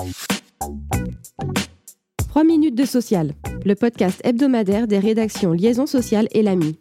3 minutes de social, le podcast hebdomadaire des rédactions Liaison sociale et l'AMI.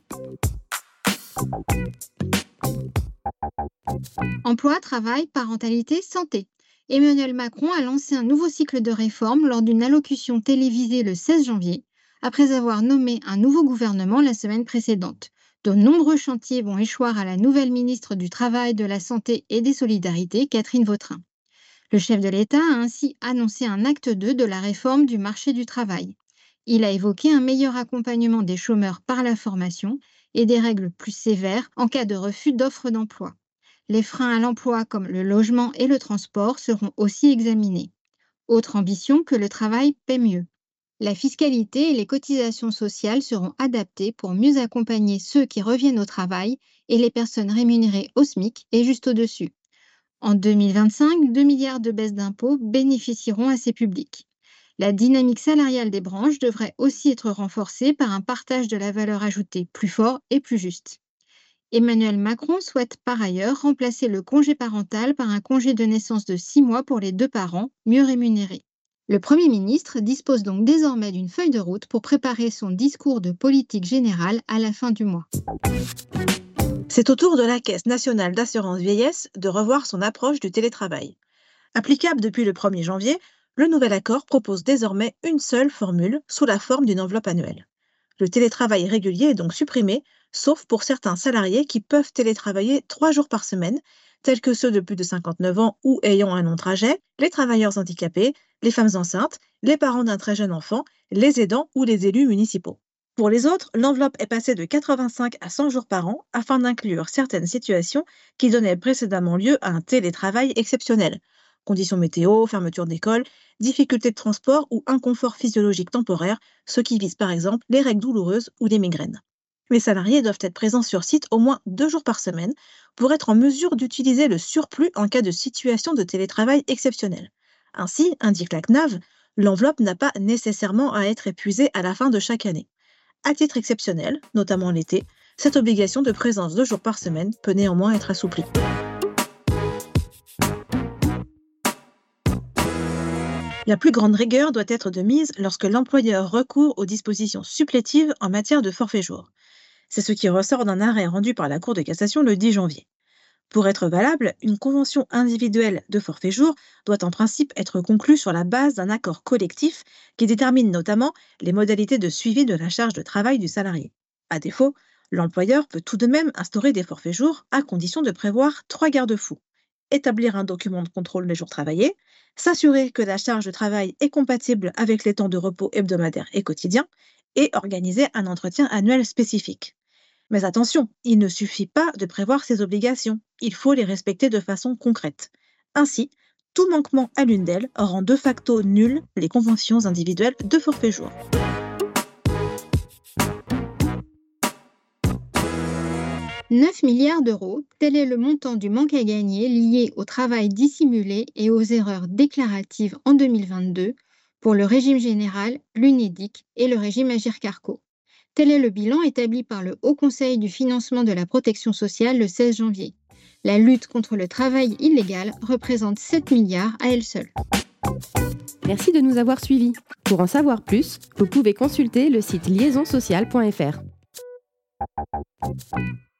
Emploi, travail, parentalité, santé. Emmanuel Macron a lancé un nouveau cycle de réformes lors d'une allocution télévisée le 16 janvier, après avoir nommé un nouveau gouvernement la semaine précédente. De nombreux chantiers vont échoir à la nouvelle ministre du Travail, de la Santé et des Solidarités, Catherine Vautrin. Le chef de l'État a ainsi annoncé un acte 2 de la réforme du marché du travail. Il a évoqué un meilleur accompagnement des chômeurs par la formation et des règles plus sévères en cas de refus d'offres d'emploi. Les freins à l'emploi comme le logement et le transport seront aussi examinés. Autre ambition, que le travail paie mieux. La fiscalité et les cotisations sociales seront adaptées pour mieux accompagner ceux qui reviennent au travail et les personnes rémunérées au SMIC et juste au-dessus. En 2025, 2 milliards de baisses d'impôts bénéficieront à ces publics. La dynamique salariale des branches devrait aussi être renforcée par un partage de la valeur ajoutée plus fort et plus juste. Emmanuel Macron souhaite par ailleurs remplacer le congé parental par un congé de naissance de 6 mois pour les 2 parents, mieux rémunérés. Le Premier ministre dispose donc désormais d'une feuille de route pour préparer son discours de politique générale à la fin du mois. C'est au tour de la Caisse nationale d'assurance vieillesse de revoir son approche du télétravail. Applicable depuis le 1er janvier, le nouvel accord propose désormais une seule formule sous la forme d'une enveloppe annuelle. Le télétravail régulier est donc supprimé, sauf pour certains salariés qui peuvent télétravailler 3 jours par semaine, tels que ceux de plus de 59 ans ou ayant un long trajet, les travailleurs handicapés, les femmes enceintes, les parents d'un très jeune enfant, les aidants ou les élus municipaux. Pour les autres, l'enveloppe est passée de 85 à 100 jours par an afin d'inclure certaines situations qui donnaient précédemment lieu à un télétravail exceptionnel. Conditions météo, fermeture d'école, difficultés de transport ou inconfort physiologique temporaire, ce qui vise par exemple les règles douloureuses ou les migraines. Les salariés doivent être présents sur site au moins 2 jours par semaine pour être en mesure d'utiliser le surplus en cas de situation de télétravail exceptionnel. Ainsi, indique la CNAV, l'enveloppe n'a pas nécessairement à être épuisée à la fin de chaque année. À titre exceptionnel, notamment l'été, cette obligation de présence 2 jours par semaine peut néanmoins être assouplie. La plus grande rigueur doit être de mise lorsque l'employeur recourt aux dispositions supplétives en matière de forfait jour. C'est ce qui ressort d'un arrêt rendu par la Cour de cassation le 10 janvier. Pour être valable, une convention individuelle de forfait jour doit en principe être conclue sur la base d'un accord collectif qui détermine notamment les modalités de suivi de la charge de travail du salarié. À défaut, l'employeur peut tout de même instaurer des forfaits jours à condition de prévoir 3 garde-fous. Établir un document de contrôle des jours travaillés, s'assurer que la charge de travail est compatible avec les temps de repos hebdomadaires et quotidiens, et organiser un entretien annuel spécifique. Mais attention, il ne suffit pas de prévoir ces obligations, il faut les respecter de façon concrète. Ainsi, tout manquement à l'une d'elles rend de facto nulles les conventions individuelles de forfait jour. « 9 milliards d'euros, tel est le montant du manque à gagner lié au travail dissimulé et aux erreurs déclaratives en 2022 pour le régime général, l'UNEDIC et le régime Agirc-Arrco. Tel est le bilan établi par le Haut Conseil du financement de la protection sociale le 16 janvier. La lutte contre le travail illégal représente 7 milliards à elle seule. Merci de nous avoir suivis. Pour en savoir plus, vous pouvez consulter le site liaisonsociale.fr.